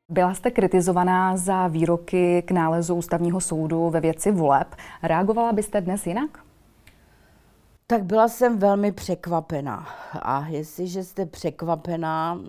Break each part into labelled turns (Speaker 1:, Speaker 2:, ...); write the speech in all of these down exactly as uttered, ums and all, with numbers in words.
Speaker 1: Byla jste kritizovaná za výroky k nálezu Ústavního soudu ve věci voleb. Reagovala byste dnes jinak?
Speaker 2: Tak byla jsem velmi překvapená. A jestliže jste překvapená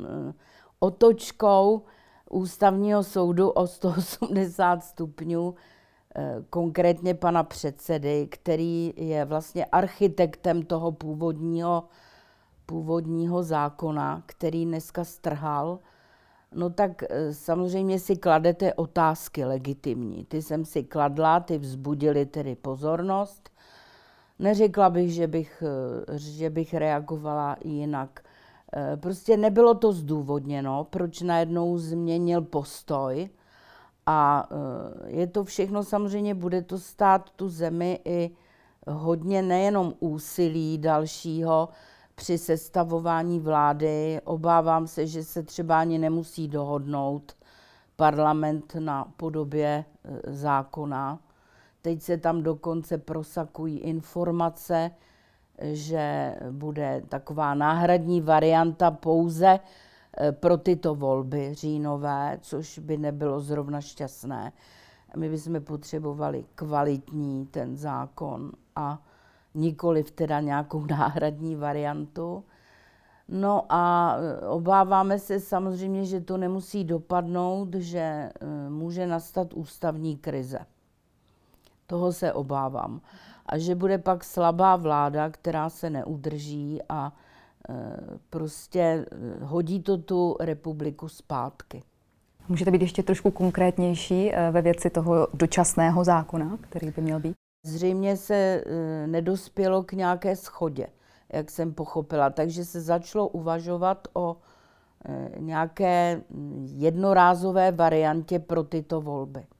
Speaker 2: otočkou Ústavního soudu o sto osmdesát stupňů, konkrétně pana předsedy, který je vlastně architektem toho původního, původního zákona, který dneska strhal, no tak samozřejmě si kladete otázky legitimní. Ty jsem si kladla, ty vzbudily tedy pozornost. Neřekla bych, že bych, že bych reagovala jinak. Prostě nebylo to zdůvodněno, proč najednou změnil postoj. A je to všechno, samozřejmě bude to stát tu zemi i hodně nejenom úsilí dalšího při sestavování vlády. Obávám se, že se třeba ani nemusí dohodnout parlament na podobě zákona. Teď se tam dokonce prosakují informace, že bude taková náhradní varianta pouze pro tyto volby říjnové, což by nebylo zrovna šťastné. My bychom potřebovali kvalitní ten zákon a nikoliv teda nějakou náhradní variantu. No a obáváme se samozřejmě, že to nemusí dopadnout, že může nastat ústavní krize. Toho se obávám. A že bude pak slabá vláda, která se neudrží a prostě hodí to tu republiku zpátky.
Speaker 1: Můžete být ještě trošku konkrétnější ve věci toho dočasného zákona, který by měl být?
Speaker 2: Zřejmě se nedospělo k nějaké shodě, jak jsem pochopila, takže se začalo uvažovat o nějaké jednorázové variantě pro tyto volby.